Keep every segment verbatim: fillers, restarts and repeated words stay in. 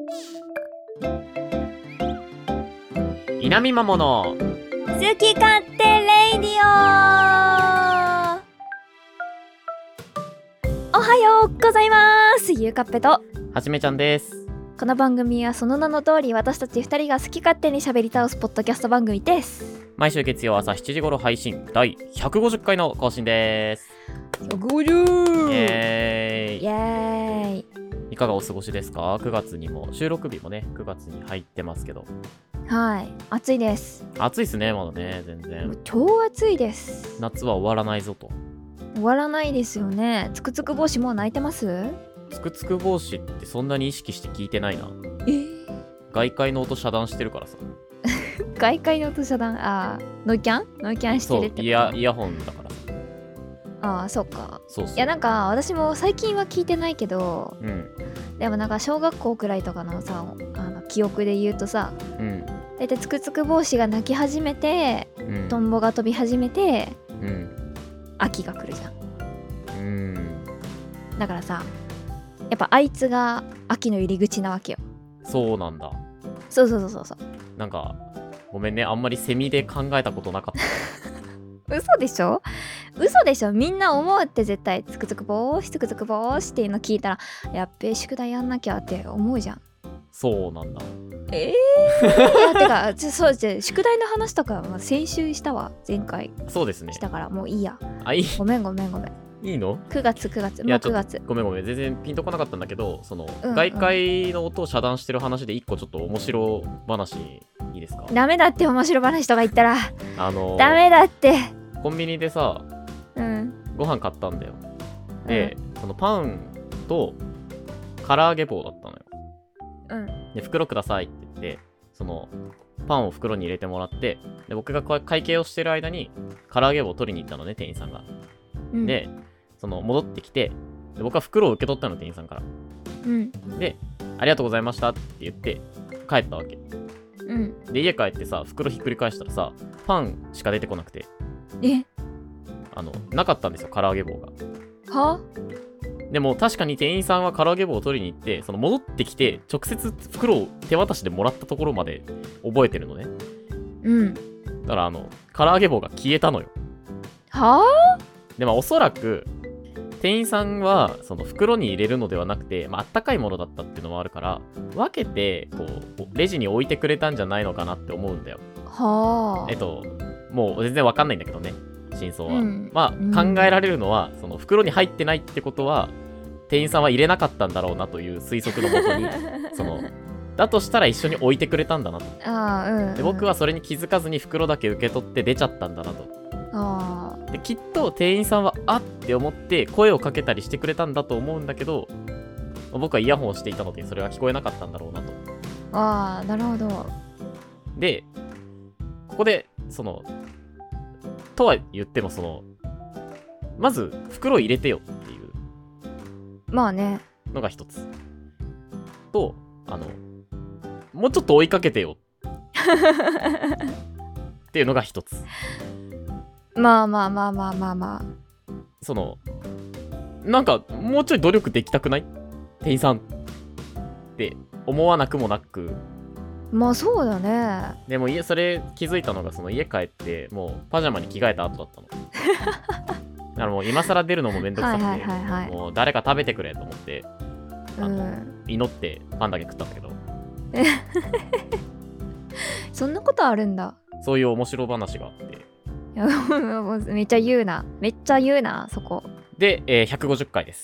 稲見まもの好き勝手レイディオ。おはようございます。ゆうかっぺとはじめちゃんです。 この番組はその名の通り、私たちふたりが好き勝手に喋り倒すポッドキャスト番組です。 毎週月曜朝しちじ頃配信、だいひゃくごじゅっかいの更新です。 ひゃくごじゅうイエーイ。 イエーイ。 いかがお過ごしですか？くがつにも収録日もねくがつに入ってますけど、 はい、暑いです。 暑いっすね。まだね、全然超暑いです。 夏は終わらないぞと。 終わらないですよね。つくつく帽子もう泣いてます？ つくつく帽子ってそんなに意識して聞いてないな。 えー、 外界の音遮断してるからさ。 外界の音遮断、あーノイキャンノイキャンしてるってこと？ そう、イヤ、イヤホンだからさ。 ああ、そうか。 そうそう。 いや、なんか私も最近は聞いてないけど、 うん、 でもなんか小学校くらいとかのさ、あの記憶で言うとさ、 うん、 だいたいつくつく帽子が鳴き始めて、 うん、 トンボが飛び始めて、 うん、 秋が来るじゃん。 うん。 だからさ、やっぱあいつが秋の入り口なわけよ。 そうなんだ。 そうそうそうそうそう。 なんかごめんね、あんまりセミで考えたことなかった。 嘘でしょ嘘でしょ。みんな思うって絶対。つくつく帽子つくつく帽子っていうの聞いたら、やっべえ宿題やんなきゃって思うじゃん。 そうなんだ。 えー、いやてかちょそうじゃ宿題の話とかは先週したわ。前回そうですね。 したからもういいや。 あ、いい。 ごめんごめんごめん。 いいの？ くがつくがつもうくがつ。 ごめんごめん、全然ピンとこなかったんだけど、その、 うんうん、 外界の音を遮断してる話で一個ちょっと面白話いいですか？ ダメだって面白話とか言ったらあのー、 ダメだって。 コンビニでさ、 うん、 ご飯買ったんだよ。で、うん、そのパンと唐揚げ棒だったのよ。 うん。 で、袋くださいって言って、そのパンを袋に入れてもらって、で僕が会計をしてる間に唐揚げ棒を取りに行ったのね、店員さんが。うん、で、その戻ってきて、で僕は袋を受け取ったの、店員さんから。 うん、 で、ありがとうございましたって言って帰ったわけ。 うん、 で、家帰ってさ、袋ひっくり返したらさ、パンしか出てこなくて。 え？ あの、なかったんですよ、唐揚げ棒が。 は？ でも確かに店員さんは唐揚げ棒を取りに行って、その戻ってきて、直接袋を手渡しでもらったところまで覚えてるのね。 うん。 だからあの、唐揚げ棒が消えたのよ。 はぁ？ で、まあおそらく、店員さんはその袋に入れるのではなくて、まああったかいものだったっていうのもあるから、分けて、こう、レジに置いてくれたんじゃないのかなって思うんだよ。 はぁ。 えっと、もう全然わかんないんだけどね。真相は、うん、まあ、 うん、 考えられるのはその袋に入ってないってことは店員さんは入れなかったんだろうなという推測のもとにそのだとしたら一緒に置いてくれたんだなと。 あ、うんうん、 で僕はそれに気づかずに袋だけ受け取って出ちゃったんだなと。 あできっと店員さんはあって思って声をかけたりしてくれたんだと思うんだけど、僕はイヤホンをしていたのでそれは聞こえなかったんだろうなと。 ああ、なるほど。でここでそのとは言ってもそのまず袋入れてよっていうまあねのが一つと、あのもうちょっと追いかけてよっていうのが一つ。 まあまあまあまあまあまあそのなんかもうちょい努力できたくない店員さんって思わなくもなく。 まあそうだね。 でも家それ気づいたのがその家帰ってもうパジャマに着替えた後だったの。だからもう今更出るのもめんどくさくて、はいはいはいはい、もう誰か食べてくれと思ってあの、うん、祈ってパンだけ食ったんだけど。 そんなことあるんだ。 そういう面白話があって。いやめっちゃ言うなめっちゃ言うなそこで、えー、ひゃくごじゅっかいです。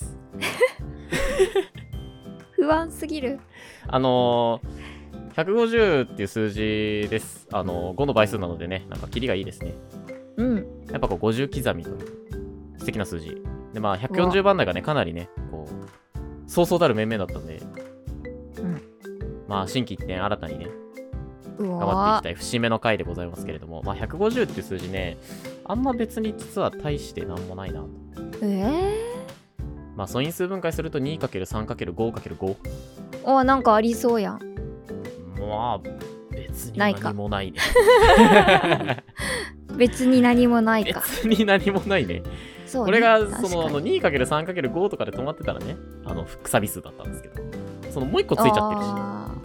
不安すぎる。 あのーひゃくごじゅうっていう数字です。あのごの倍数なのでね、なんかキリがいいですね。 うん。 やっぱこうごじゅう刻みという素敵な数字で、まあひゃくよんじゅうばん台がねかなりねこうそうそうたる面々だったんで、うん、まあ新規一転新たにね頑張っていきたい節目の回でございますけれども、まあひゃくごじゅうっていう数字ねあんま別に実は大してなんもないなと。 えー、 まあ素因数分解すると にかけるさんかけるごかけるご。 あ、なんかありそうやん。 まあ別に何もないね。 別に何もないか。 別に何もないね。そうね、これがその にかけるさんかけるご とかで止まってたらね、あのくさび数だったんですけど、そのもう一個ついちゃってるし、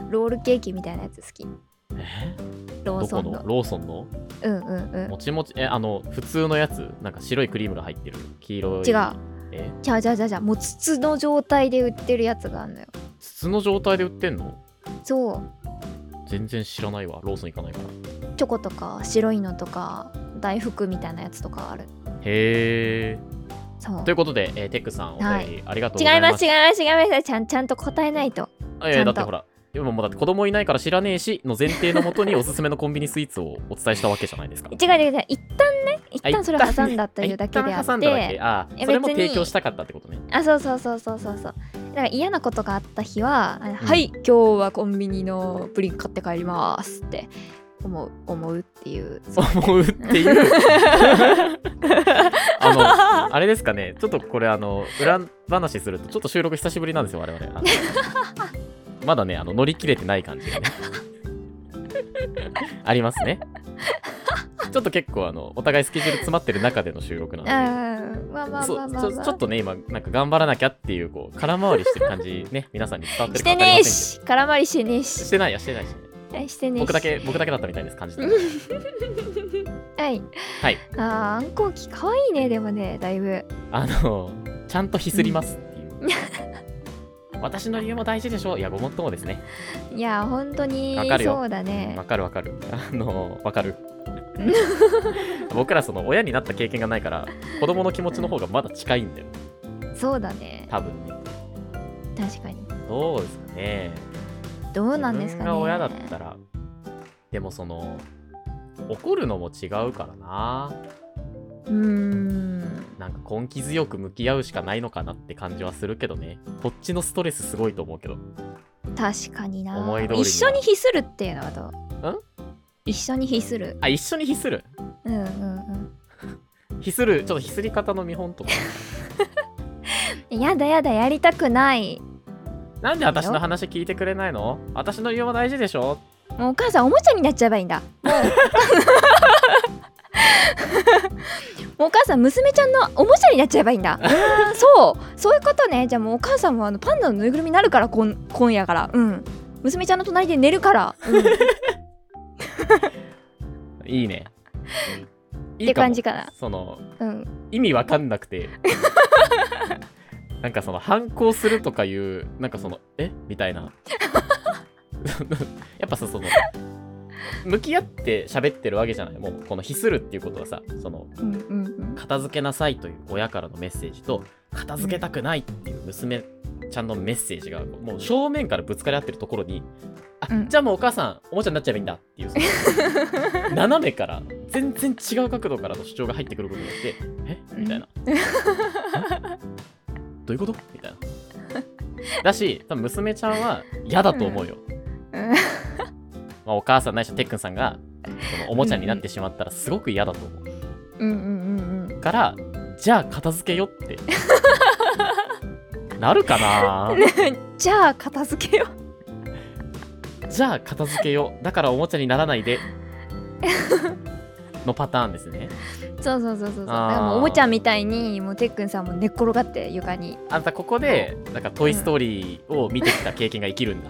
ロールケーキみたいなやつ好き。 えローソンの。 どこのローソンのうんうんうん。 もちもち、え、あの、普通のやつ、なんか白いクリームが入ってる。黄色い。 違う。 えじゃあじゃあじゃあじゃあもう筒の状態で売ってるやつがあるのよ。 筒の状態で売ってんの？ そう。 全然知らないわ。ローソン行かないから。 チョコとか白いのとか大福みたいなやつとかある。 へー。 そう。 ということで、えーテックさんお便り、 はい、 ありがとうございます。 違います違います違います。ちゃんちゃんと答えないと。 えー、だってほら、今もうだって子供いないから知らねえしの前提のもとにおすすめのコンビニスイーツをお伝えしたわけじゃないですか。 違う違う違う。一旦ね、一旦それを挟んだというだけであって。 一旦挟んだだけ。ああ、それも提供したかったってことね。 あ、そうそうそうそうそうそう。だから嫌なことがあった日は、うん、はい今日はコンビニのプリン買って帰りますって思う思うっていう思うっていうあのあれですかね、ちょっとこれあの裏話するとちょっと収録久しぶりなんですよ我々。あのまだねあの乗り切れてない感じがねありますね。ちょっと結構あのお互いスケジュール詰まってる中での収録なので、 まあまあまあまあ、まあ、 ちょっとね今なんか頑張らなきゃっていうこう空回りしてる感じね皆さんに伝わってるか分かりませんけど。 してねえし空回りしてねえししてないやしてないし、 ね、してねえし僕だけ僕だけだったみたいです感じではいはい。 あーあんこうきかわいいね。でもねだいぶあのちゃんとひすりますっていう、うん私の理由も大事でしょ。いやごもっともですね。 いや本当にそうだね。 わかるわかる。あのわかる僕らその親になった経験がないから子供の気持ちの方がまだ近いんだよ。 そうだね多分ね。 確かに。 どうですかね。 どうなんですかね。 自分が親だったらでもその怒るのも違うからな。 うーんなんか根気強く向き合うしかないのかなって感じはするけどね。こっちのストレスすごいと思うけど。 確かにな。 思い通りに一緒にヒスるっていうのはどう？ ん？ 一緒にヒスる。 あ、一緒にヒスる。 うんうんうんヒスる、ちょっとヒスり方の見本とかやだやだやりたくない。 なんで私の話聞いてくれないの？私の理由も大事でしょ。 もうお母さんおもちゃになっちゃえばいいんだ。もうもうお母さん娘ちゃんのおもちゃになっちゃえばいいんだ。うんそうそういうことね。じゃあもうお母さんもあのパンダのぬいぐるみになるからこん今夜からうん娘ちゃんの隣で寝るから、 うん、いいねいいって感じかな。 その、 うん、 意味わかんなくてなんかその反抗するとかいうなんかそのえみたいなやっぱさその向き合って喋ってるわけじゃない。もうこのヒスるっていうことはさその、 うんうんうん、 片付けなさいという親からのメッセージと片付けたくないっていう娘ちゃんのメッセージがもう正面からぶつかり合ってるところにあ、うん、じゃあもうお母さんおもちゃになっちゃえばいいんだっていう斜めから全然違う角度からの主張が入ってくることによってえみたいな、うん、どういうことみたいなだし多分娘ちゃんは嫌だと思うよ、うんうんまあ、お母さんないしはてっくんさんがそのおもちゃになってしまったらすごく嫌だと思う、うんうんうんうん、からじゃあ片付けよってなるかなじゃあ片付けよじゃあ片付けよだからおもちゃにならないでのパターンですね。 そうそうそうそうそう。だからもうおもちゃみたいにもうてっくんさんも寝っ転がって床にあんたここでなんかトイストーリーを見てきた経験が生きるんだ、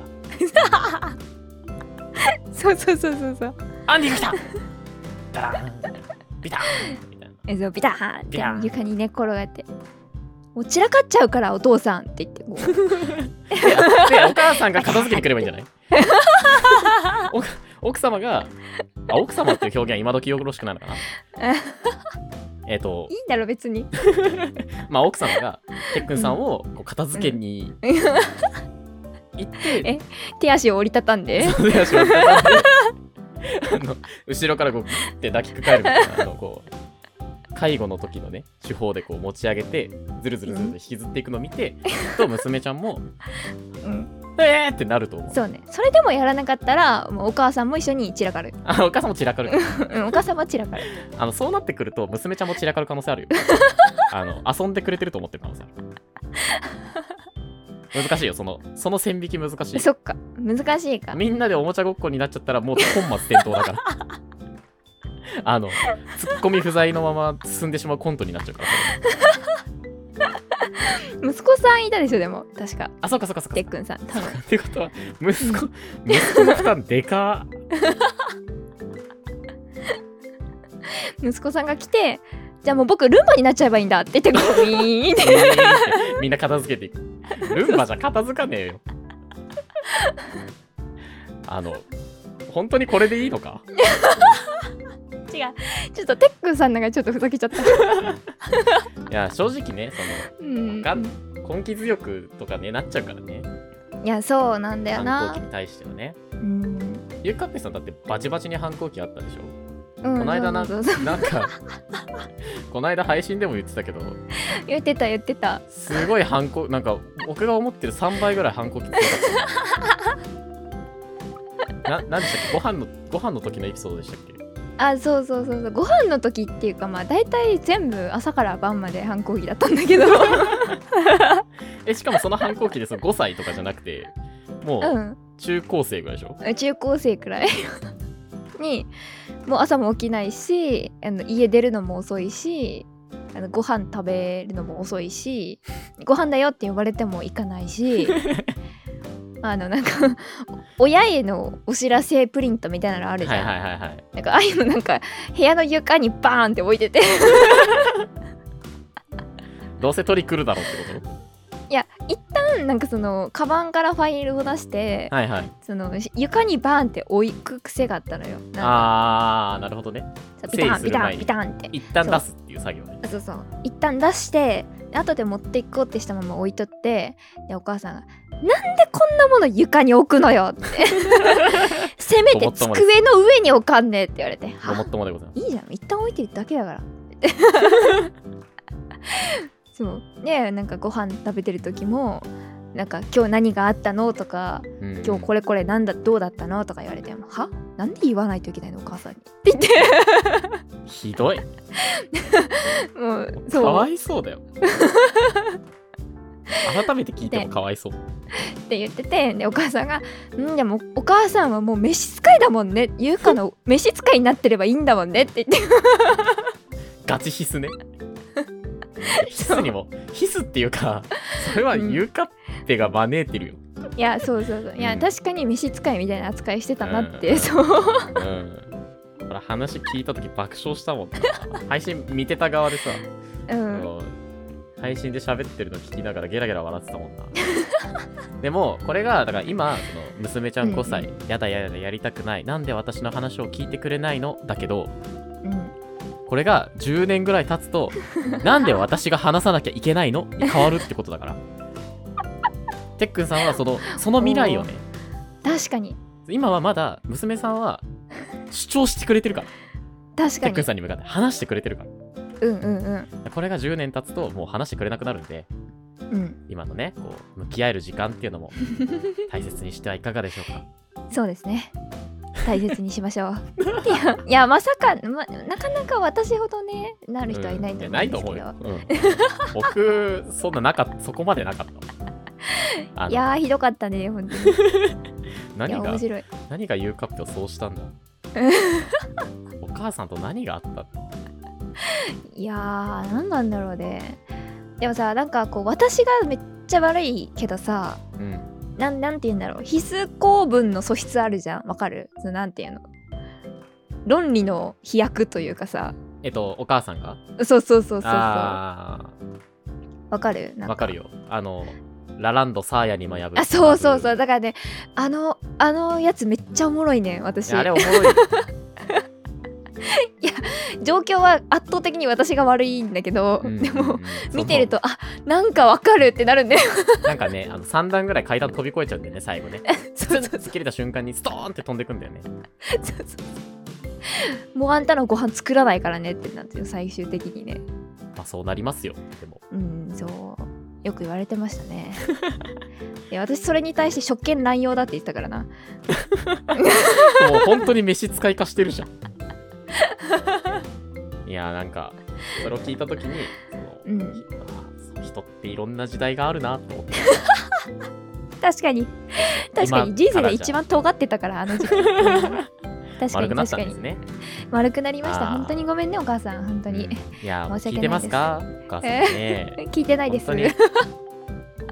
うん、そうそうそうそうそうアンディが来たダラーンビターンみたいなえそうビターンって床に寝っ転がってもう散らかっちゃうからお父さんって言ってこうで, でお母さんが片付けてくればいいんじゃない奥様があ奥様っていう表現は今時よろしくないのかなえっといいんだろ別にまあ奥様がてっくんさんをこう片付けに行って、 うん、え手足を折りたたんで手足を折りたたんであの後ろからこうって抱きかかえるみたいなあのこう介護の時のね手法でこう持ち上げてずるずるずるずる引きずっていくのを見て、うん、と娘ちゃんも、うん、えーってなると思う。 そうね。それでもやらなかったらもうお母さんも一緒に散らかる。 あお母さんも散らかる、 うん、お母さんも散らかる。 あのそうなってくると娘ちゃんも散らかる可能性あるよあの遊んでくれてると思ってる可能性ある難しいよそのその線引き難しい。 そっか難しいか。 みんなでおもちゃごっこになっちゃったらもう本末転倒だからあのツッコミ不在のまま進んでしまうコントになっちゃうから息子さんいたでしょでも確かあ、そうかそうかそうか。 てっくんさん多分ってことは息子息子の負担でか息子さんが来て、じゃあもう僕ルンバになっちゃえばいいんだって言ってこうウィーンってみんな片付けていく。ルンバじゃ片付かねえよ。あの本当にこれでいいのか。 違う、ちょっとてっくんさんのがちょっとふざけちゃった。 いや正直ね、その、うん、が根気強くとかねなっちゃうからね。 いやそうなんだよな。 反抗期に対してはね。うん。ゆうかっぺさんだってバチバチに反抗期あったでしょ。うん、この間な、なんかこの間配信でも言ってたけど、 言ってた言ってた。 すごい反抗、なんか僕が思ってるさんばいぐらい反抗期強かった。な、なんでしたっけ、ご飯のご飯の時のエピソードでしたっけ。 あ、そうそうそうそう、ご飯の時っていうかまあ大体全部朝から晩まで反抗期だったんだけどえ、しかもその反抗期でそのごさいとかじゃなくてもう中高生ぐらいでしょ、 うん、中高生くらいにもう朝も起きないし、あの家出るのも遅いし、あのご飯食べるのも遅いし、ご飯だよって呼ばれても行かないしあのなんか親へのお知らせプリントみたいなのあるじゃん。 はいはいはいはい。 なんかああいうのなんか部屋の床にバーンって置いててどうせ取り来るだろうってこと。 いや一旦なんかそのカバンからファイルを出して、 はいはい、 その床にバーンって置く癖があったのよ。 あーなるほどね。 ビタンビタンビタンって一旦出すっていう作業ね。 そうそうそう、一旦出して後で持っていこうってしたまま置いとって、でお母さんがなんでこんなもの床に置くのよってせめて机の上に置かんねって言われて、 ごもっともでございます。 いいじゃん、一旦置いてるだけだからそうね、なんかご飯食べてる時もなんか今日何があったのとか、うん、今日これこれなんだどうだったのとか言われても、はなんで言わないといけないのお母さんにって言ってひどいもうそうかわいそうだよ改めて聞いてもかわいそうって言ってて、でお母さんがんでもお母さんはもう召使いだもんね、優香の召使いになってればいいんだもんねって言ってガチヒスねヒスにもヒスっていうか、それは優香っぺが招いてるよ、 うん、いやそうそうそう、いや、うん、確かに召使いみたいな扱いしてたなって、うん、そう、 うん、これ話聞いた時爆笑したもんな配信見てた側でさ、うん、配信で喋ってるの聞きながらゲラゲラ笑ってたもんなでもこれがだから今その娘ちゃんごさい、うんうん、やだやだやりたくない、なんで私の話を聞いてくれないのだけど、うん、これがじゅうねんぐらい経つとなんで私が話さなきゃいけないのに変わるってことだからてっくんさんはそのその未来をね、 確かに今はまだ娘さんは主張してくれてるから、 確かにてっくんさんに向かって話してくれてるから、 うんうんうん、 これがじゅうねん経つともう話してくれなくなるんで、うん、今のねこう向き合える時間っていうのも大切にしてはいかがでしょうかそうですね、大切にしましょういや、いやまさか、ま、なかなか私ほどねなる人はいないと思うんですけど、うん、ないと思うよ、 うん、僕そんななかったそこまでなかったいやーひどかったね本当に何が面白い、 何がユーカップをそうしたんだお母さんと何があったいやー何なんだろうね。でもさ、なんかこう私がめっちゃ悪いけどさ、うん、な, なんて言うんだろう、必須公文の素質あるじゃん、わかる？そのなんていうの、論理の飛躍というかさ、 えっとお母さんがそうそうそうそうそう、わかる？ わかるよ、あのラランドサーヤにも破る、 あ、そうそうそう、だからね、あのあのやつめっちゃおもろいね私。 あれおもろいいや状況は圧倒的に私が悪いんだけど、うん、でも見てるとあなんかわかるってなるんだよなんかね、あのさん段ぐらい階段飛び越えちゃうんだよね最後ねそうそうそう、切れた瞬間にストーンって飛んでくんだよねそうそうそう、 もうあんたのご飯作らないからねってなってよ最終的にね。 まあそうなりますよ。でもうんそうよく言われてましたねいや私それに対して職権乱用だって言ってたからなもう本当に召使い化してるじゃんいやなんかそれを聞いた時にその、うんまあ、人っていろんな時代があるなと思って確かに確かに人生で一番尖ってたからあの時期、うん、確かに確かに、ね、丸くなりました。本当にごめんねお母さん、本当に、うん、 いや申し訳ないです。聞いてますかお母さんね、 聞いてないです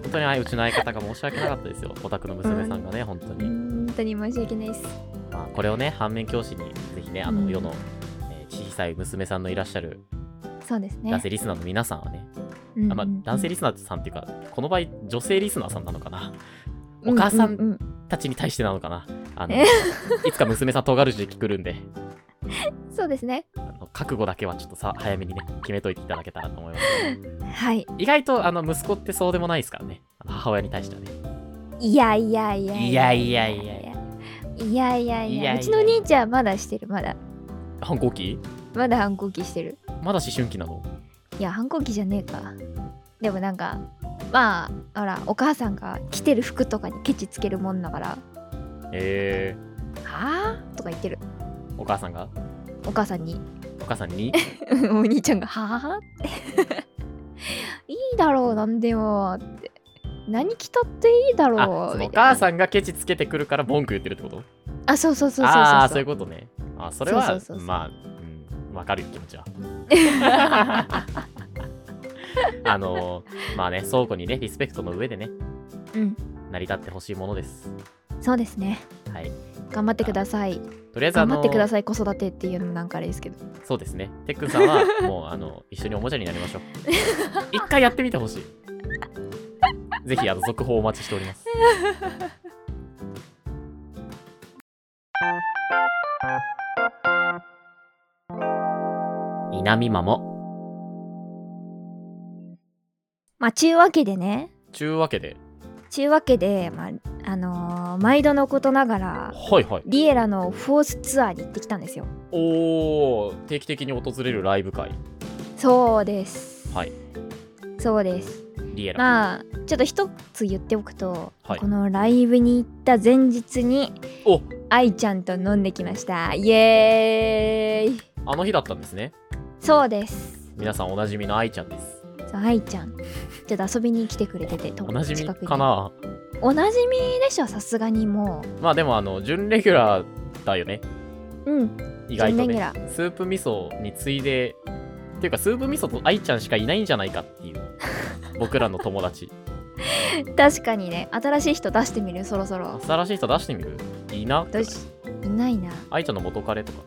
本当にあうちの相方が申し訳なかったですよ。オタクの娘さんがね、うん、本当に本当に申し訳ないです。 まあ、これをね反面教師にぜひねあの、うん、世の、えー、小さい娘さんのいらっしゃるそうですね男性リスナーの皆さんはね、うんうんうん、あまあ、男性リスナーさんっていうかこの場合女性リスナーさんなのかな、お母さんたちに対してなのかな、あのいつか娘さん尖る時期来るんでそうですね、 あの覚悟だけはちょっとさ早めにね決めといていただけたらと思いますはい意外とあの息子ってそうでもないですからね、あの母親に対してはね。 いやいやいやいやいやいやいやいやいやいや、うちの兄ちゃんまだしてる、まだ反抗期まだ反抗期してる。 まだ思春期なの？ いや反抗期じゃねえか。でもなんかまあほらお母さんが着てる服とかにケチつけるもんだから、 えー、はあとか言ってる。 お母さんがお母さんにお母さんにお兄ちゃんがはあっていいだろうなんでもって何着たっていいだろう。 あ、そのお母さんがケチつけてくるから文句言ってるってこと？ あ、そうそうそうそうそう。 ああ、そういうことね。あ、それはそうそうそうそう、まあ、うん、わかるよ気持ちは。あのー、まあね、倉庫にねリスペクトの上でね、 うん、 成り立ってほしいものです。 そうですね。 はい。 頑張ってください。 とりあえずあのー、 頑張ってください子育てっていうのもなんかあれですけど。 そうですね。てっくんさんはもうあの一緒におもちゃになりましょう。一回やってみてほしい。ぜひあの続報お待ちしております。稲見マモ。 まあちゅうわけでね。 ちゅうわけで。 ちゅうわけで、まああのー、毎度のことながら、 はいはい、 リエラのフォースツアーに行ってきたんですよ。 おー、定期的に訪れるライブ会。 そうです。 はい。 そうです。 リエラ。 まあちょっと一つ言っておくと、 はい、 このライブに行った前日にお愛ちゃんと飲んできました。イエーイ。 あの日だったんですね。 そうです。 皆さんおなじみの愛ちゃんです。 そう愛ちゃんちょっと遊びに来てくれてて、 おなじみかな。 おなじみでしょ、さすがに。もうまあでもあの準レギュラーだよね。 うん意外とね。スープ味噌に次いでっていうかスープ味噌と愛ちゃんしかいないんじゃないかっていう僕らの友達。 確かにね。新しい人出してみる、そろそろ。 新しい人出してみる。いいな。 いないな。 愛ちゃんの元彼とか。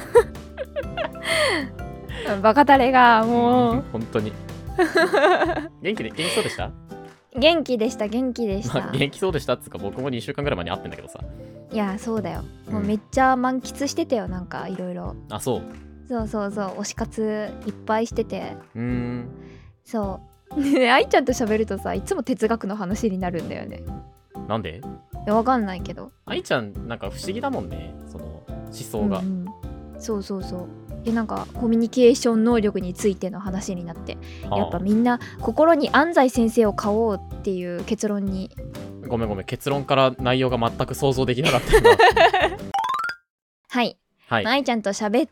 バカタレがもう、うん、 本当に元気で元気そうでした？ 元気でした元気でした、 まあ、元気そうでしたっつうか僕もにしゅうかんぐらい前に会ってんだけどさ。 いやそうだよ、うん、もうめっちゃ満喫してたよ、なんかいろいろ。 あ、そうそうそうそう、推し活いっぱいしてて。 うーん、 そう愛ちゃんと喋るとさ、いつも哲学の話になるんだよね。 なんで？ いやわかんないけど、 愛ちゃんなんか不思議だもんね、その思想が、 うんうん、そうそうそう。でなんかコミュニケーション能力についての話になって、はあ、やっぱみんな心に安西先生を買おうっていう結論に。 ごめんごめん、結論から内容が全く想像できなかったな。 はい、 はい、 愛ちゃんと喋って、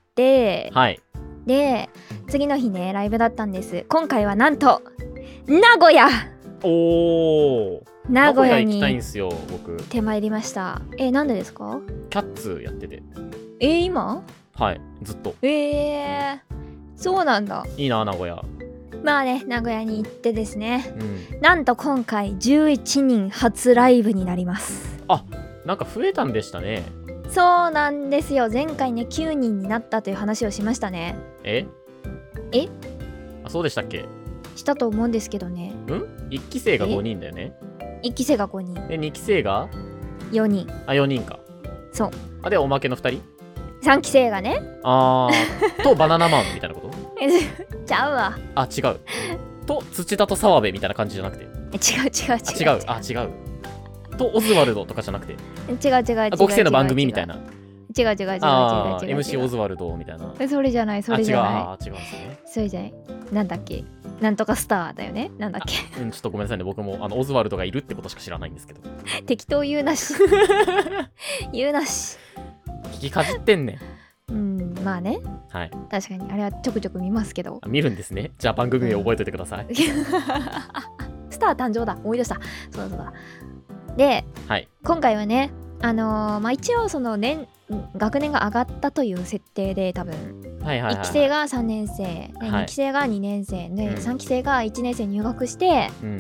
はい、 で次の日ねライブだったんです。今回はなんと名古屋。 おー、 名古屋に行きたいんですよ僕。 行ってまいりました。え、なんでですか？ キャッツやってて。 えー、今？ はい、ずっと。 えー、そうなんだ。 いいな名古屋。 まあね、名古屋に行ってですね、 うん、 なんと今回じゅういちにん初ライブになります。 あ、なんか増えたんでしたね。 そうなんですよ。前回ねきゅうにんになったという話をしましたね。 ええあ、そうでしたっけ？ したと思うんですけどね。 ん ?いっ 期生がごにんだよね。 いっ期生がごにんでに期生がよにん。 あ、よにんか。 そう。 あ、でおまけのふたり。 さん期生がね。 あーとバナナマンみたいなこと？ ちゃうわ。 あ、違う。と土田と澤部みたいな感じじゃなくて。 違う違う違う違う。あ、違う。とオズワルドとかじゃなくて。 違う違う違う。 ご期生の番組みたいな。 違う違う違う違う違う。 あー エムシー オズワルドみたいな。 それじゃないそれじゃない。 あ、違う。あ、違うんですね。 それじゃない。なんだっけ、なんとかスターだよね。なんだっけ。 うん、ちょっとごめんなさいね。僕もあのオズワルドがいるってことしか知らないんですけど。 適当言うなし。言うなし。 聞きかじってんねん。 うん、まあね。 はい。 確かにあれはちょくちょく見ますけど。 見るんですね。じゃあ番組名覚えておいてください。 スター誕生だ。思い出した。そうだそうだ。で、はい、今回はね、あのー、まあ一応その年学年が上がったという設定で多分、はいはいはいはい、いっ期生がさんねん生、はい、に期生がにねん生で、うん、さん期生がいちねん生入学して、うん、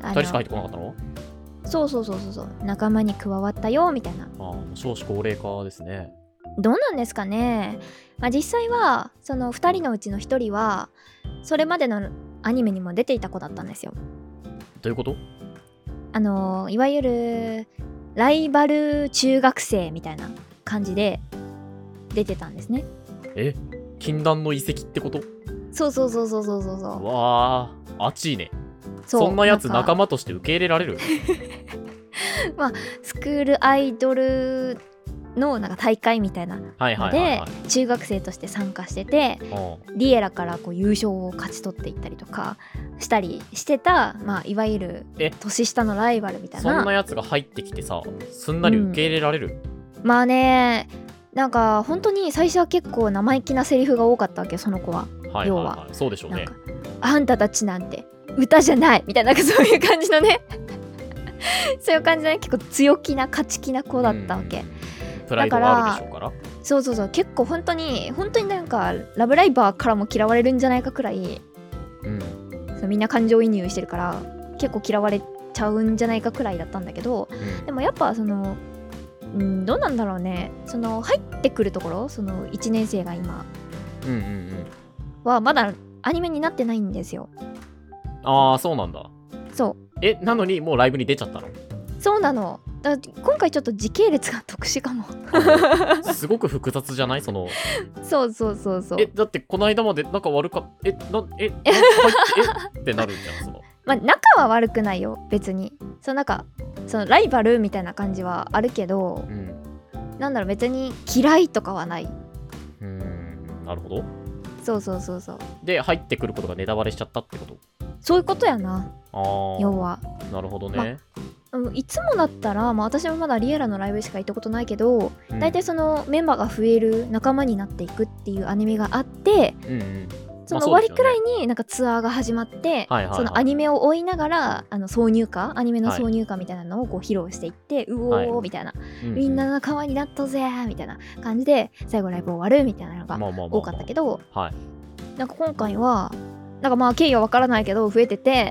ふたりしか入ってこなかったの？ そうそうそうそうそう仲間に加わったよみたいな。 ああ少子高齢化ですね。 どうなんですかね。まあ、実際はそのふたりのうちのひとりはそれまでのアニメにも出ていた子だったんですよ。 どういうこと？ あのいわゆるライバル中学生みたいな感じで出てたんですね。 え禁断の遺跡ってこと？ そうそうそうそうそうそうそう。 わあ熱いね。 そそんなやつんか仲間として受け入れられる？ まあスクールアイドルのなんか大会みたいなのはいはいはいではい。 中学生として参加してて、 うんリエラからこう優勝を勝ち取っていったりとかしたりしてた、まあ、いわゆるえ年下のライバルみたいな。 そんなやつが入ってきてさすんなり受け入れられる？ まあねなんか本当に最初は結構生意気なセリフが多かったわけその子は。 はい要ははいはいそうでしょうね。 なんかあんたたちなんて歌じゃないみたいな、なんかそういう感じのねそういう感じのね結構強気な勝ち気な子だったわけ。 うんプライドがあるでしょうから。 そうそうそう結構本当に本当になんかラブライバーからも嫌われるんじゃないかくらい、 うんそうみんな感情移入してるから結構嫌われちゃうんじゃないかくらいだったんだけど、 うんでもやっぱそのうんどうなんだろうね、その入ってくるところそのいちねん生が今うんうんうんはまだアニメになってないんですよ。 ああそうなんだ。 そえなのにもうライブに出ちゃったの？ うそうなの。だ今回ちょっと時系列が特殊かもすごく複雑じゃない？そのそうそうそうそう。 えだってこの間まで仲悪かっえなえなんか入ってえってなるじゃんその。 まあ仲は悪くないよ別に。そのなんかそのライバルみたいな感じはあるけど、 うんなんだろう別に嫌いとかはない。 うーんなるほど。 そうそうそうそうで入ってくることがネタバレしちゃったってこと？ そういうことやな。 ああ要はなるほどね。 うんいつもだったら、まあ、私もまだリエラのライブしか行ったことないけど、 うん大体そのメンバーが増える仲間になっていくっていうアニメがあって、 うんうんそのまあ終わりくらいそうですになんかツアーが始まって、 はいはいはいそのアニメを追いながらあの挿入歌アニメのはい挿入歌みたいなのをこう披露していって、うおはいーみたいな、 ううみんな仲間になったぜーみたいな感じで最後ライブ終わるみたいなのがまあまあまあまあ多かったけど、 はいなんか今回はなんかまあ経緯は分からないけど増えてて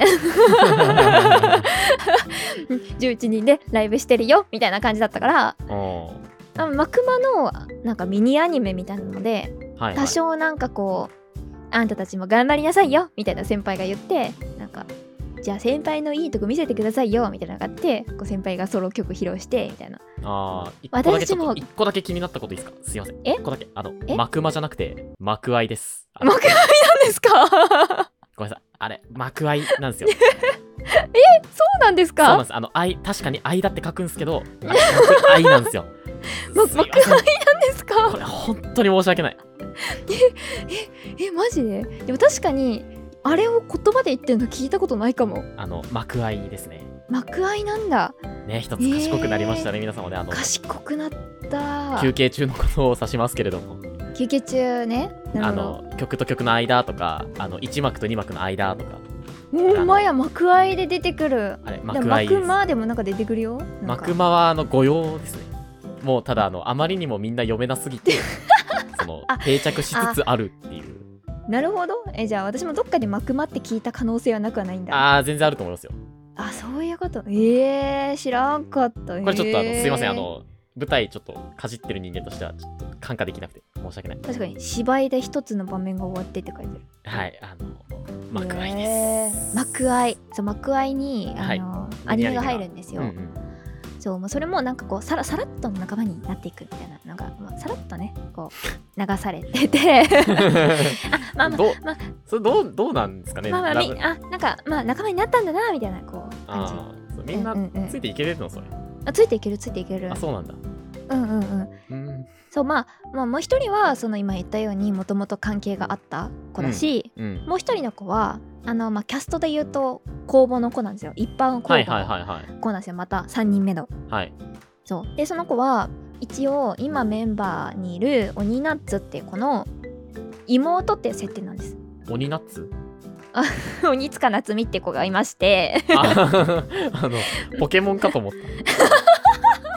じゅういちにんでライブしてるよみたいな感じだったから、 うんあマクマのなんかミニアニメみたいなのではいはい多少なんかこうあんたたちも頑張りなさいよみたいな先輩が言って、なんかじゃあ先輩のいいとこ見せてくださいよみたいなのがあって、こう先輩がソロ曲披露してみたいな。 あー一個だけちょっと私も一個だけ気になったこといいですか？すいません。 え一個だけあのえマクマじゃなくてマクアイです。あのマクアイなんですかごめんなさいあれマクアイなんですよ。 そうなんですか？ そうなんです。あの愛確かに愛だって書くんですけどマクアイなんですよ。すいませんマクアイなんですか？ これ本当に申し訳ない。 えマジで？でも確かにあれを言葉で言ってるの聞いたことないかも。 あのマクアイですね。 マクアイなんだ。 ね一つ賢くなりましたね、皆様ね。あの賢くなった。 休憩中のことを指しますけれども、 休憩中ね。なあるほど。 の曲と曲の間とかあのいち幕とに幕の間とかほんまやマクアイで出てくる。 あれマでもマクアイです。 クマでもなんか出てくるよ。なんマかクマはあの御用ですね。もうただあのあまりにもみんな読めなすぎてそのあ定着しつつあるっていう。 なるほど。えじゃあ私もどっかでマクマって聞いた可能性はなくはないんだ。 ああ全然あると思いますよ。 あそういうこと。えー、知らんかった。 これちょっとあのえーすいませんあの舞台ちょっとかじってる人間としてはちょっと感化できなくて申し訳ない。 確かに芝居で一つの場面が終わってって書いてる。 はいあのマクアイへーです。 マクアイ。そうマクアイにあの、 はいアニメが入るんですよ。 うんうんそうもうそれもなんかこうさらさらっとの仲間になっていくみたいなのが、まあ、さらっとねこう流されててあまあまあどうまあそれどうどうなんですかね。 まあまあラブみあなんかまあ仲間になったんだなみたいなこう感じ。 あーそうみんなうんうんうんついていけれるのそれ。 あついていけるついていける。 あそうなんだ。 うんうんうんうんそうまあまあもう一人はその今言ったようにもともと関係があった子だし、 うん。 もう一人の子はあのまあキャストで言うと公募の子なんですよ。一般公はいはい募のはいはい子なんですよ。またさんにんめの。 はい。 そうでその子は一応今メンバーにいる鬼ナッツっていう子の妹っていう設定なんです。 鬼ナッツ？ 鬼塚夏美って子がいましてああのポケモンかと思った。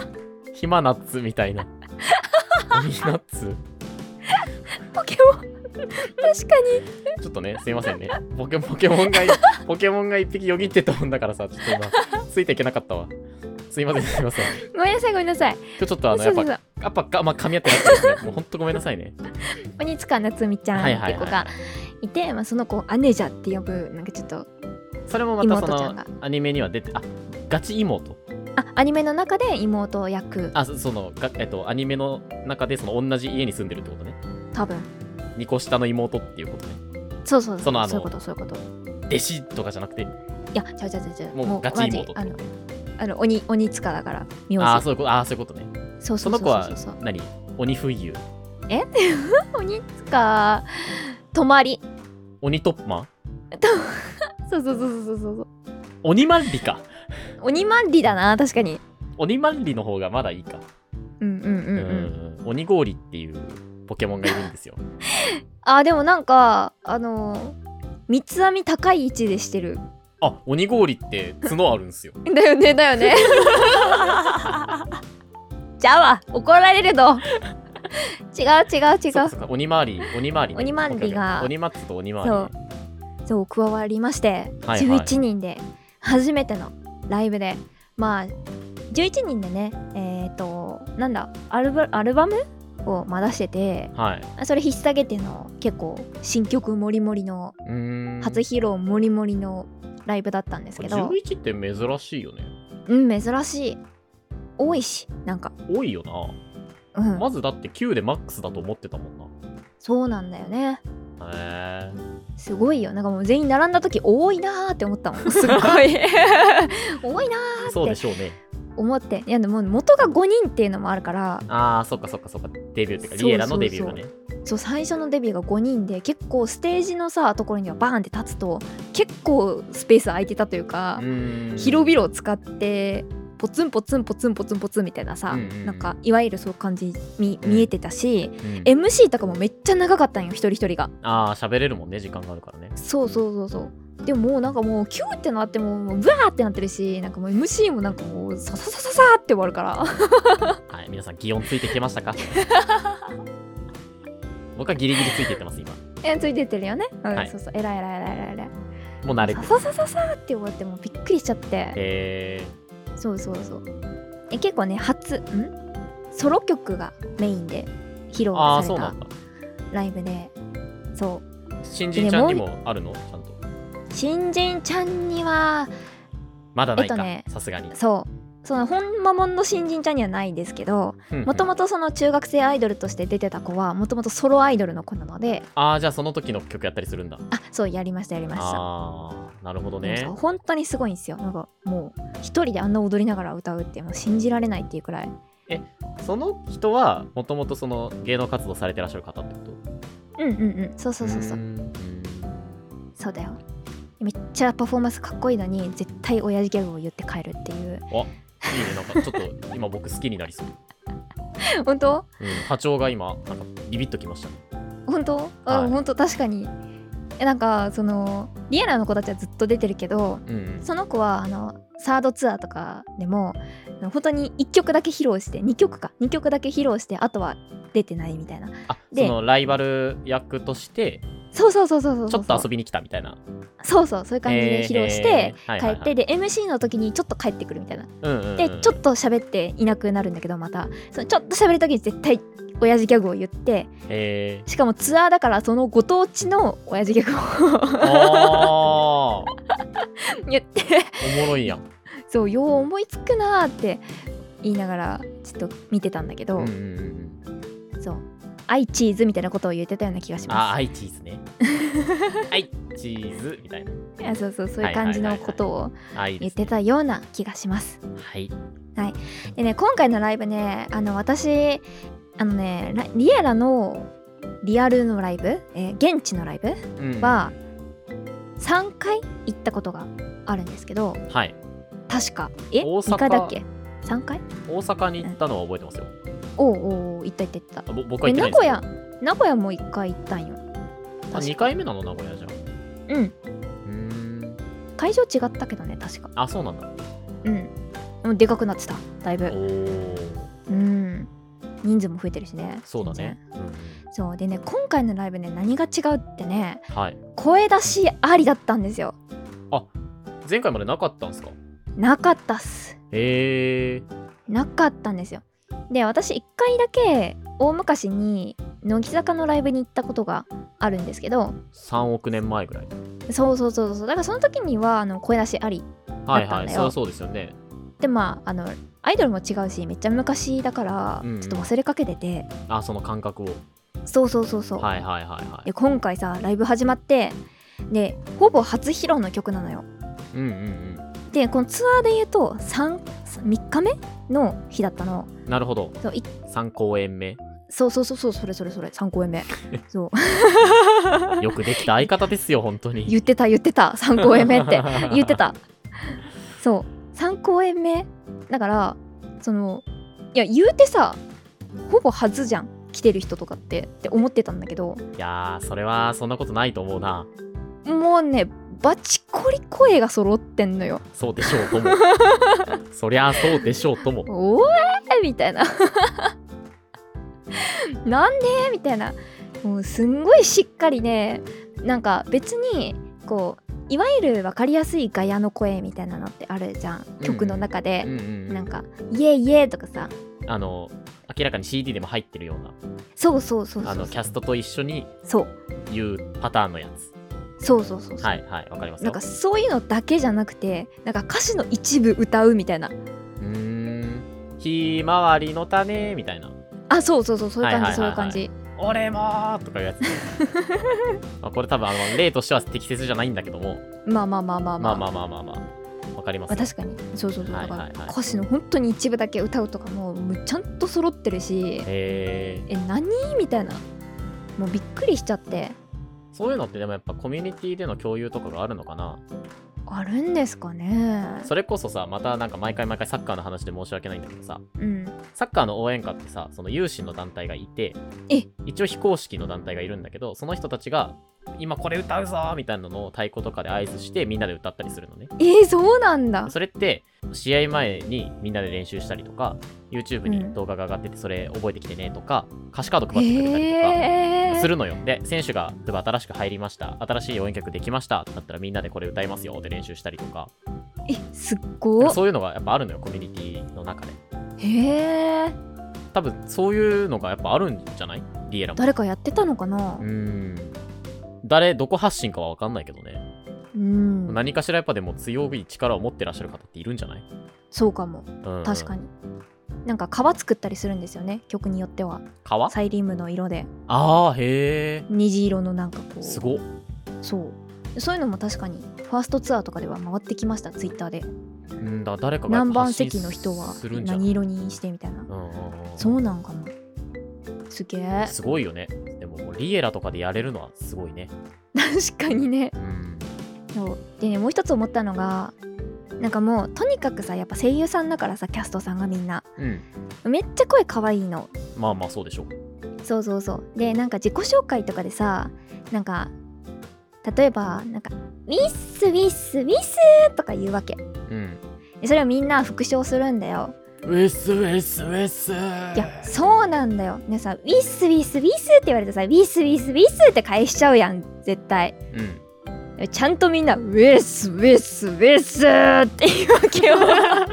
ヒマナッツみたいな。鬼ナッツ？ ポケモン確かにちょっとね、すいませんね。ポケポケモンがポケモンが一匹よぎってたもんだからさ、ちょっと今ついていけなかったわ。すいません、すいません。 ごめんなさいごめんなさい。 今日ちょっとあのやっぱそうそうやっぱかまあ噛み合ってなかったですね。もうほんとごめんなさいね。 鬼塚夏美ちゃんっていう子がいて、まあその子をアネジャって呼ぶなんかちょっとそれもまたその妹ちゃんがアニメには出て、あ、ガチ妹。 あアニメの中で妹役。 あ、そそのがえっとアニメの中でその同じ家に住んでるってことね。 多分。 にこ下の妹っていうことね。 そうそうそう。 そのあのそういうことそういうこと。 弟子とかじゃなくて。 いやちゃうちゃうちゃうちゃう。 もうガチ妹あのあの鬼鬼塚だから名字。 ああそういうことああそういうことね。 そうそうそうそうそう。 その子は何？鬼冬湯。 え？鬼塚泊まり。 鬼トッマ？ そうそうそうそうそうそう。 鬼マンリか。 鬼マンリだな確かに。 鬼マンリの方がまだいいか。 うんうんうんうん。 うん鬼氷っていうポケモンがいるんですよ。 あでもなんかあのー、三つ編み高い位置でしてる。 あ、鬼氷って角あるんすよ。 だよねだよね。じゃあわ怒られるの。違う違う違う。 そうかそうか鬼回り鬼回り、ね、 鬼回りが鬼マッツと鬼回り、ね、 そうそう加わりまして、はいはい、じゅういちにんで初めてのライブでまあじゅういちにんでねえっ、ー、となんだアルバアルバムをまだしてて、はい、それ引っ提げての結構新曲もりもりの初披露もりもりのライブだったんですけど、 じゅういちって珍しいよね。 うん珍しい。多いしなんか多いよな、うん、まずだってきゅうでマックスだと思ってたもんな。 そうなんだよね。 へーすごいよ。なんかもう全員並んだ時多いなーって思ったもん。すごい多いなーってそうでしょうね思って。いやでも元がごにんっていうのもあるから。 あーそっかそっかそっか。デビューっていうかリエラのデビューがね。 そう最初のデビューがごにんで結構ステージのさところにはバーンって立つと結構スペース空いてたというか、広々を使ってポツンポツンポツンポツンポツンみたいなさ、うんうん、なんかいわゆるそういう感じに見えてたし、うんうん、エムシー とかもめっちゃ長かったんよ一人一人が。 あー喋れるもんね時間があるからね。 そうそうそうそう。でももうなんかもうキューってなってももうブワーってなってるし、なんかもう エムシー もなんかもうサササササーって終わるからはい皆さん擬音ついてきてましたか？僕はギリギリついてってます今。 えついてってるよね、うんはい、そうそうえらいえらいえらいえらいえらい。 もう慣れてる。 サササササーって終わってもうびっくりしちゃって。 へーそうそうそう。え結構ね初んソロ曲がメインで披露されたライブで、そう新人ちゃんにもあるのちゃんと。 新人ちゃんにはまだないかさすがに。 そうその本間もんの新人ちゃんにはないんですけど、もともとその中学生アイドルとして出てた子はもともとソロアイドルの子なので。 ああじゃあその時の曲やったりするんだ。 あそうやりましたやりました。 ああなるほどね。 本当にすごいんですよ。なんかもう一人であんな踊りながら歌うってもう信じられないっていうくらい。 えその人はもともとその芸能活動されてらっしゃる方ってこと？ うんうんうんそうそうそうそうそうだよ。めっちゃパフォーマンスかっこいいのに絶対親父ギャグを言って帰るっていう。 あいいねなんかちょっと今僕好きになりそう。 本当？ うん、波長が今なんかビビッときましたね。 本当？あ、はい、本当確かに。えなんかそのリエラの子たちはずっと出てるけど、うんうん、その子はあのサードツアーとかでも本当にいっきょくだけ披露してにきょくかにきょくだけ披露してあとは出てないみたいな。 あでそのライバル役としてそうそうそうそうそうちょっと遊びに来たみたいな。 そうそうそういう感じで披露して帰って、で エムシー の時にちょっと帰ってくるみたいな、うんうんうん、でちょっと喋っていなくなるんだけどまたそのちょっと喋る時に絶対親父ギャグを言って、しかもツアーだからそのご当地の親父ギャグを言っておもろいやん。 そうよう思いつくなーって言いながらちょっと見てたんだけど、うんうんうん、そうアイチーズみたいなことを言ってたような気がします。 あアイチーズねアイチーズみたいな。 いやそうそうそういう感じのことを言ってたような気がします。 はい、 はい、でね今回のライブねあの私あのねリエラのリアルのライブ、えー、現地のライブはさんかい行ったことがあるんですけど、 うん、はい確かえにかいだっけさんかい大阪に行ったのは覚えてますよ、 うん、おうおう行った行った行った。 僕は行ってないんですけど。 名古屋名古屋もいっかい行ったんよ。 あにかいめなの名古屋じゃん。 うんうーん会場違ったけどね確か。 あそうなんだ。 うんでもでかくなってただいぶ。 おうん人数も増えてるしね。 そうだね、 うん、そうでね、今回のライブね、何が違うってね、 はい、 声出しありだったんですよ。 あ、前回までなかったんすか？ なかったっす。 へえ。 なかったんですよ。で、私いっかいだけ大昔に乃木坂のライブに行ったことがあるんですけど、 さんおくねんまえぐらい。 そうそうそうそう、だからその時にはあの声出しありだったんだよ。 はいはい、そうそうですよね。 で、まああのアイドルも違うし、めっちゃ昔だから、 うんうん、 ちょっと忘れかけてて、 あ、その感覚を。 そうそうそうそう。 はいはいはいはい。 で、今回さライブ始まって、でほぼ初披露の曲なのよ。 うんうんうん。 で、このツアーで言うとみっかめの日だったの。 なるほど。 そう、 さん公演目。 そうそうそうそう、それそれそれ、さん公演目そうよくできた相方ですよ本当に。 言ってた言ってた、さん公演目って言ってた。そうさん公演目だから、そのいや言うてさ、ほぼ初じゃん来てる人とかってって思ってたんだけど、 いやー、それはそんなことないと思うな。 もうね、バチコリ声が揃ってんのよ。 そうでしょうともそりゃそうでしょうとも。 おえーみたいななんでみたいな、もうすんごいしっかりね、なんか別にこういわゆる分かりやすいガヤの声みたいなのってあるじゃん、曲の中で、うんうん、なんかイエイエーとかさ、 あの明らかに シーディー でも入ってるような、 そうそうそうそう、 あのキャストと一緒にそう言うパターンのやつ。 そうそうそうそう、 はいはい、わかりますよ。 なんかそういうのだけじゃなくて、なんか歌詞の一部歌うみたいな、うーん、ひまわりの種みたいな、 あ、そうそうそう、そういう感じ、はいはいはいはい、そういう感じ。 俺もーとかいうやつあ、これ多分あの例としては適切じゃないんだけども、 まあまあまあまあまあまあまあまあまあまあわかります。 確かにそうそうそう、だから、 はいはいはい、 歌詞の本当に一部だけ歌うとかももうちゃんと揃ってるし、 へー、 え何みたいな、もうびっくりしちゃって。 そういうのってでもやっぱコミュニティでの共有とかがあるのかな。 あるんですかね。 それこそさ、またなんか毎回毎回サッカーの話で申し訳ないんだけどさ、 うん、 サッカーの応援歌ってさ、その有志の団体がいて、 え一応非公式の団体がいるんだけど、その人たちが今これ歌うぞーみたいなのを太鼓とかで合図してみんなで歌ったりするのね。 えー、そうなんだ。 それって試合前にみんなで練習したりとか、 YouTube に動画が上がっててそれ覚えてきてねとか、歌詞カード配ってくれたりとかするのよ。で、選手が例えば新しく入りました、新しい応援曲できましたってなったらみんなでこれ歌いますよって練習したりとか、 え、すっごい、 そういうのがやっぱあるのよ、コミュニティの中で。 へえ。 多分そういうのがやっぱあるんじゃない？リエラも誰かやってたのかな。 うーん、誰どこ発信かは分かんないけどね。 うん、 何かしらやっぱでも強い力を持ってらっしゃる方っているんじゃない？ そうかも、 うん、 確かに。なんか革作ったりするんですよね、曲によっては。 革？ サイリウムの色で。 ああ、へえ。 虹色のなんかこう、 すごっ。 そうそういうのも確かにファーストツアーとかでは回ってきました、ツイッターで。 んだ、誰かが何番席の人は何色にしてみたいな、うんうんうん、そうなんかも。すげえ、 すごいよね。でももうリエラとかでやれるのはすごいね。 確かにね、 うん、 そうでね、もう一つ思ったのが、なんかもうとにかくさ、やっぱ声優さんだからさ、キャストさんがみんな、うん、めっちゃ声可愛いの。 まあまあそうでしょう。 そうそうそう。で、なんか自己紹介とかでさ、なんか例えばなんかウィッスウィッスウィスとか言うわけ、うん、でそれをみんな復唱するんだよ。 ウィスウィスウィス。 いや、そうなんだよね。さ、ウィスウィスウィスって言われてさ、ウィスウィスウィスって返しちゃうやん絶対、うん、ちゃんとみんなウィスウィスウィスって言うわけよ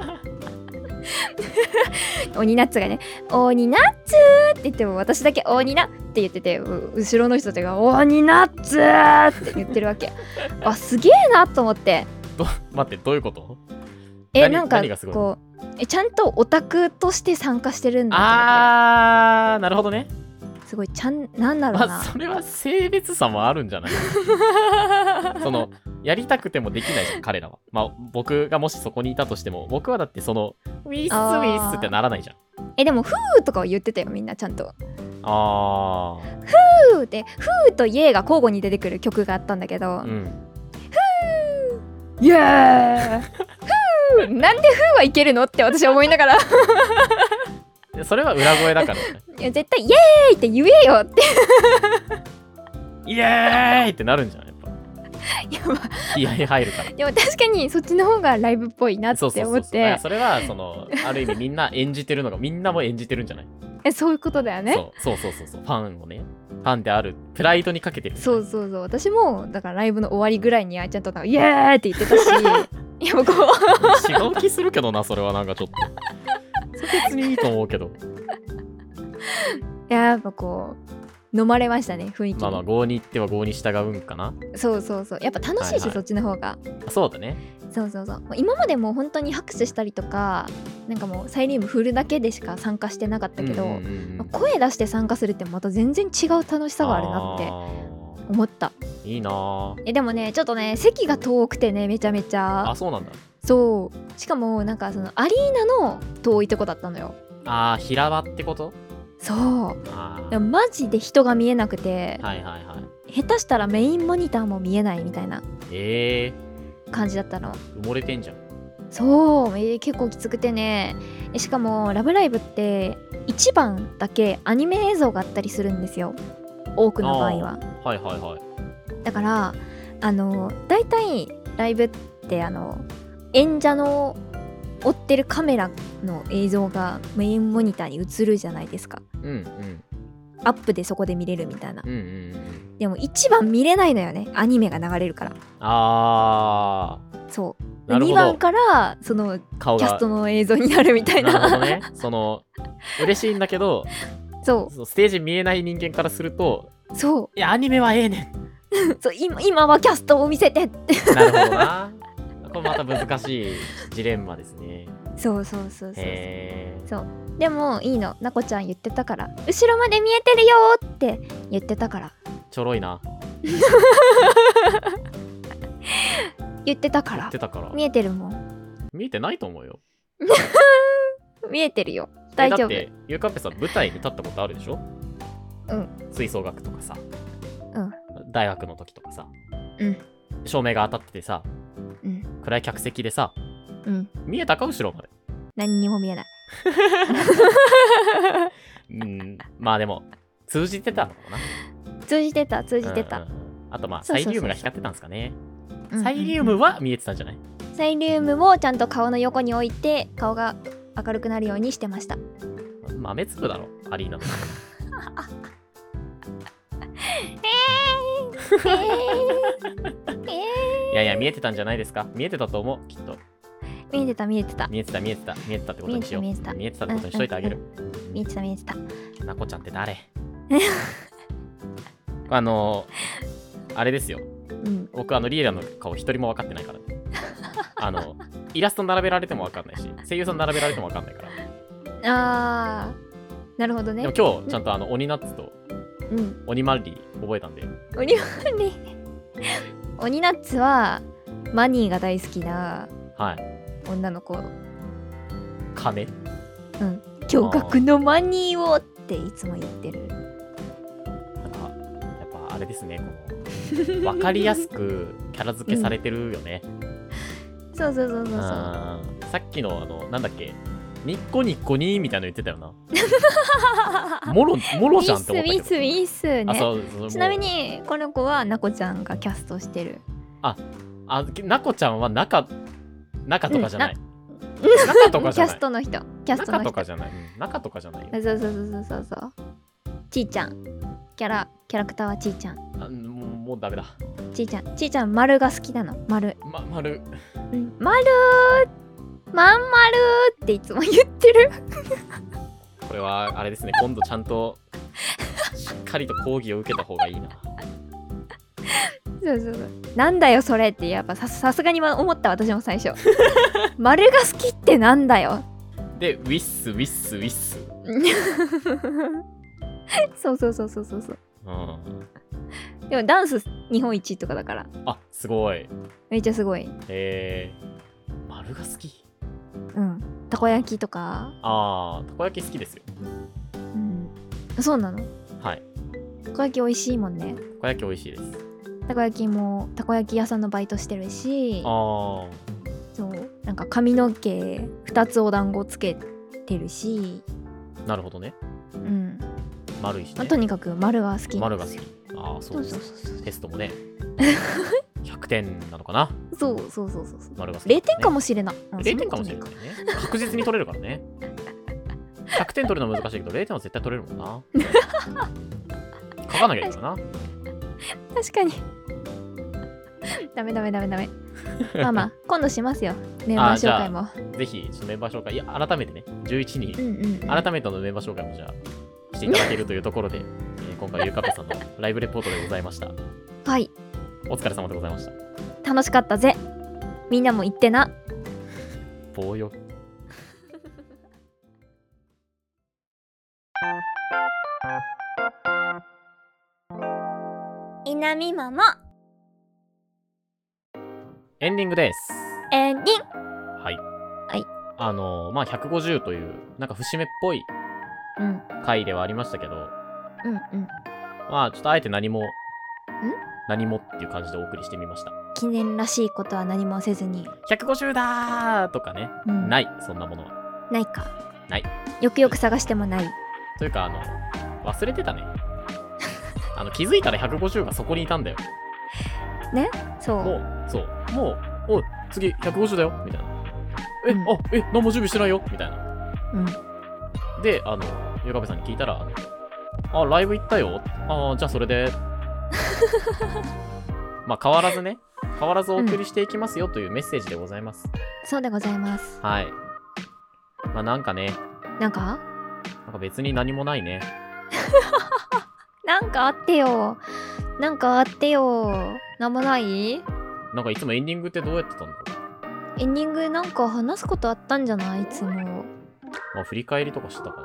鬼ナッツがね、鬼ナッツって言っても私だけ鬼ナって言ってて、後ろの人たちが鬼ナッツって言ってるわけあ、すげえなと思って。 ど待って、どういうこと？ え、なんかこうえちゃんとオタクとして参加してるんだと思って。 あー、なるほどね。 すごい、ちゃん、なんだろうな、 まあ、それは性別差もあるんじゃないそのやりたくてもできないじゃん彼らは。まあ僕がもしそこにいたとしても、僕はだってそのウィスウィスってならないじゃん。 え、でもフーとかを言ってたよみんなちゃんと。 あー、 フーってフーとイエーが交互に出てくる曲があったんだけど、うん、フーイエーフーなんでフーはいけるのって私は思いながらそれは裏声だから、ね、 いや絶対イエーイって言えよってイエーイってなるんじゃない？やっぱやば気合入るから。 でも確かにそっちの方がライブっぽいなってそうそう思っそうそう。だからて、 それはそのある意味みんな演じてるのがみんなも演じてるんじゃない？ えそういうことだよね。 そうそうそうそうそう。ファンをね、ファンであるプライドにかけてる。 そうそうそう、私もだからライブの終わりぐらいにあいちゃんとなんかイエーイって言ってたしいやもうこう違う気するけどな、それはなんかちょっと。それ別にいいと思うけど。 いややっぱこう飲まれましたね、雰囲気に。 まあまあ、郷に行っては郷に従うんかな。 そうそうそう、やっぱ楽しいし、 はいはいそっちの方が。 そうだね。 そうそうそう、今までも本当に拍手したりとかなんかもうサイリウム振るだけでしか参加してなかったけど、 うんうんうんまあ声出して参加するってまた全然違う楽しさがあるなって思った。 いいなぁ。 えでもねちょっとね席が遠くてね、めちゃめちゃ。 あ、そうなんだ。 そうしかもなんかそのアリーナの遠いとこだったのよ。 あー、平場ってこと？ そうあでもマジで人が見えなくて、 はいはいはい。 下手したらメインモニターも見えないみたいなえー、 感じだったの。 埋もれてんじゃん。 そう、えー結構きつくてね。えしかも「ラブライブ!」っていちばんだけアニメ映像があったりするんですよ、多くの場合は。 はいはいはい。 だからあのだいたいライブってあの演者の追ってるカメラの映像がメインモニターに映るじゃないですか。 うんうんアップでそこで見れるみたいな。 うんうんうん。 でもいちばん見れないのよね、アニメが流れるから。 あそうなるほどにばんからそのー、顔がキャストの映像になるみたいな。 なるほどね。その嬉しいんだけど、 そそうステージ見えない人間からすると、 うそいやアニメはええねうそう今今はキャストを見せてってん。なるほどな。これまた難しいジレンマですね。 そうそうそうそうそうへー。 そうでもいいの、なこちゃん言ってたから、後ろまで見えてるよって言ってたから、 ちょろいな。 言ってたから言ってたから。 見えてるもん。 見えてないと思うよ。 見えてるよ、大丈夫。 だってゆうかっぺさん舞台に立ったことあるでしょ？ うん吹奏楽とかさ、 うん大学の時とかさ、 うん照明が当たっててさ、 うん暗い客席でさ、 うん見えたか後ろまで。 何にも見えない。 うんまあでも通じてたのかな。 通じてた通じてた、 うんうんうん。あとまあそうそうそうそうサイリウムが光ってたんですかね。 うんうんうんサイリウムは見えてたんじゃない？ サイリウムもちゃんと顔の横に置いて顔が明るくなるようにしてました。 豆粒だろアリーナとか。 えー、えー、えいやいや見えてたんじゃないですか。見えてたと思うきっと。 ー、見えてた見えてた見えてた見えてた見えてたってことにしよう。 見えてた見えてたってことにしといてあげる。 見えてた見えてた。 なこちゃんって誰？あのあれですよ。 うん僕あのリエラの顔一人も分かってないから。あのイラスト並べられても分かんないし、声優さん並べられても分かんないから。 あーなるほどね。 でも今日ちゃんとあの鬼ナッツとうん鬼マッリー覚えたんで。 鬼マリ鬼ナッツはマニーが大好きなはい。 女の子。 金？ うん驚愕のマニーをっていつも言ってる。 なんかやっぱあれですね、この分かりやすくキャラ付けされてるよね。 そうそうそうそうそう。 あーさっきのあのなんだっけ、ニッコニッコニーみたいなの言ってたよな。もろもろじゃんって思ったけど。 ミスミスミスね。 あそうそうちなみにこの子はなこちゃんがキャストしてる。 あなこちゃんは中中とかじゃない。中とかじゃない。 キャストの人キャストの人。 中とかじゃない。うん中とかじゃないよ。 そうそうそうそうそうそう。ちーちゃんキャラキャラクターはちーちゃん。 あもうもうダメだ。 ちーちゃんちーちゃん丸が好きなの。丸。 ま丸。 うん丸ーまん丸っていつも言ってる。 これはあれですね、今度ちゃんとしっかりと講義を受けた方がいいな。 そうそうそう。なんだよそれってやっぱささすがに思った私も最初。丸が好きってなんだよ。 でウィッスウィッスウィッス。 そうそうそうそうそうそう。 うん。 でもダンス日本一とかだからあすごい。 めっちゃすごい。 えー、丸が好き。 うんたこ焼きとか。 あーたこ焼き好きですよ。 うんそうなの。 はい。 たこ焼き美味しいもんね。 たこ焼き美味しいです。 たこ焼きもたこ焼き屋さんのバイトしてるし、 あーそうなんか髪の毛ふたつお団子つけてるし、 なるほどね。 うん丸いしね。 まあ、とにかく丸が好き。 丸が好き。ああそうです。 そうそうそうそう。 テストもね。ひひゃくてんなのかな。 そうそうそうそう丸が好きだったねれいてんかもしれない。 れいてんかもしれないね。確実に取れるからね。ひゃくてん取るの難しいけどれいてんは絶対取れるもんな。書かなきゃいいからな。 確かに。ダメダメダメダメ。まあまあ今度しますよ、メンバー紹介も。 ぜひちょっとメンバー紹介、いや改めてね、じゅういちにん、 うんうんうん、 改めてのメンバー紹介もじゃあしていただけるというところで、えー、今回ゆうかぺさんのライブレポートでございました。 はい、 お疲れ様でございました。 楽しかったぜ。みんなも言ってな。 棒よ。 いなみママエンディングです。 エンディンはい。 はい。 あのー、まあひゃくごじゅうというなんか節目っぽい回ではありましたけど、 うんうん、 まあちょっとあえて何も何もっていう感じでお送りしてみました。 記念らしいことは何もせずにひゃくごじゅうだーとかね、うん、ない、そんなものはないか。 ない。 よくよく探してもない。 というかあの忘れてたね。あの気づいたらひゃくごじゅうがそこにいたんだよ。 ね、そう。 もうそうもうおい次ひゃくごじゅうだよみたいな。え、うん、あえ何も準備してないよみたいな。 うん。 であのゆうかべさんに聞いたらあライブ行ったよ。あじゃあそれで。まあ変わらずね変わらずお送りしていきますよというメッセージでございます。うん、 そうでございます。 はい。まあなんかね。 なんかなんか別に何もないね。 なんかあってよ。なんかあってよ。なんもない？ なんかいつもエンディングってどうやってたんだろう。 エンディングなんか話すことあったんじゃない？いつも。 まあ振り返りとかしてたから。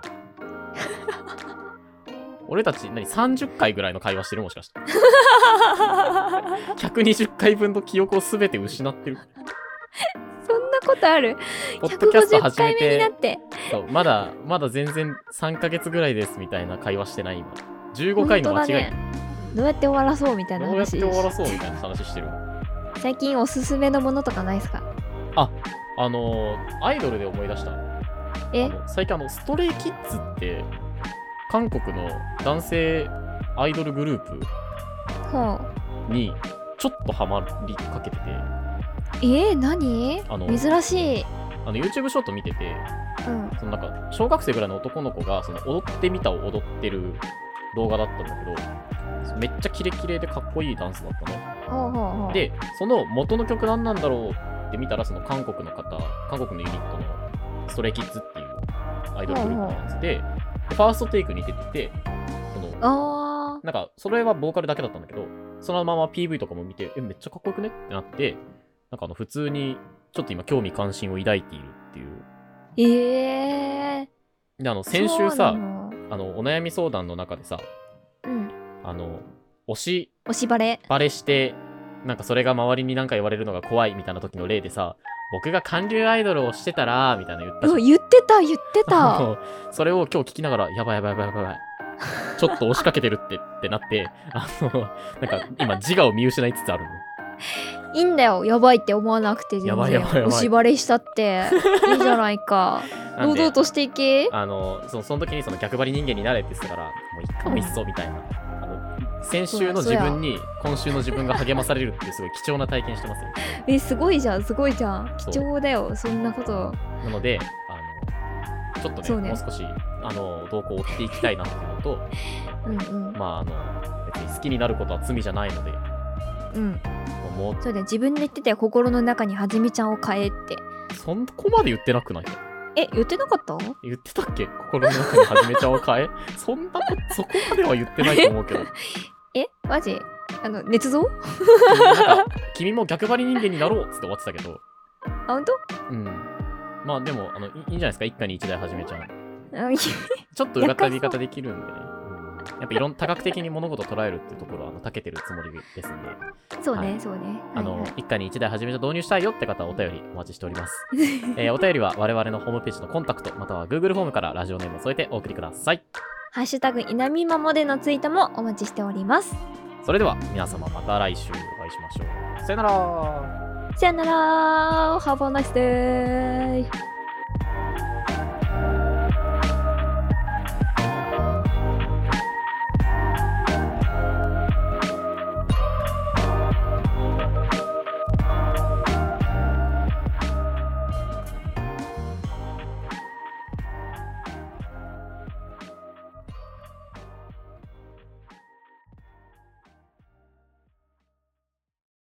俺たち何さんじゅっかいぐらいの会話してるもしかして。ひゃくにじゅっかいぶんの記憶をすべて失ってる。 そんなことある？ ポッドキャスト始めてひゃくごじゅっかいめになってそうまだまだ全然さんかげつぐらいですみたいな会話してない今。じゅうごかいの間違い、ね、 どうやって終わらそうみたいな話。 どうやって終わらそうみたいな話してる。 最近おすすめのものとかないですか？ ああのー、アイドルで思い出した。 えあの最近あのストレイキッズって韓国の男性アイドルグループにちょっとハマりかけてて。 えー、何？あの珍しい。 あの YouTube ショート見てて、うん、そのなんか小学生ぐらいの男の子がその踊ってみたを踊ってる動画だったんだけど、めっちゃキレキレでかっこいいダンスだったの。 ほうほうほう。 でその元の曲何なんだろうって見たら、その韓国の方韓国のユニットのストレイキッズっていうアイドルグループのやつで、ファーストテイクに出てて、そのあなんかそれはボーカルだけだったんだけど、そのまま ピーブイ とかも見て、えめっちゃかっこよくねってなって、なんかあの普通にちょっと今興味関心を抱いているっていう。 ええー。であの先週さ、あのお悩み相談の中でさ、 うん、 あの推し推しバレバレして、なんかそれが周りになんか言われるのが怖いみたいな時の例でさ、僕が韓流アイドルをしてたらみたいな言ったじゃん。 言ってた言ってた。 それを今日聞きながら、やばいやばいやばいやばいちょっと押しかけてるってってなって、あのなんか今自我を見失いつつあるの。 いいんだよ、やばいって思わなくて全然。 やばいやばいやばい。 推しバレしたっていいじゃないか。堂々としていけ。 あの そ, その時にその逆張り人間になれって言ってたから、もういっかもいっそみたいな。あの先週の自分に今週の自分が励まされるっていうすごい貴重な体験してますよ。 え、すごいじゃん、すごいじゃん。貴重だよ、そんなこと。 なので、あのちょっと ね, ねもう少しあの動向を追っていきたいなっていうのと、うん、うん、まああの別に好きになることは罪じゃないので、 うん、もうそうだよ、自分で言ってたよ、心の中にはじめちゃんを変えって。 そんこまで言ってなくない？ え、言ってなかった？ 言ってたっけ？心の中にはじめちゃんを変えそんなこと、そこまでは言ってないと思うけど。 え、マジ？あの、捏造？ なんか、君も逆張り人間になろうっつって終わってたけど。 あ、ほんと？ うん。まあでも、あのいいいんじゃないですか、一家に一台はじめちゃん。ちょっとうがった見方できるんでね。やっぱいろんな多角的に物事を捉えるっていうところはあの長けてるつもりですんで。 そうね、 はい、 そうね。 あの、はいはい、一家に一台はじめちゃん導入したいよって方はお便りお待ちしております。えー、お便りは我々のホームページのコンタクトまたは Google フォームからラジオネームを添えてお送りください。 ハッシュタグいなみまもでのツイートもお待ちしております。 それでは皆様また来週お会いしましょう。さよなら。 さよなら。Have a nice day.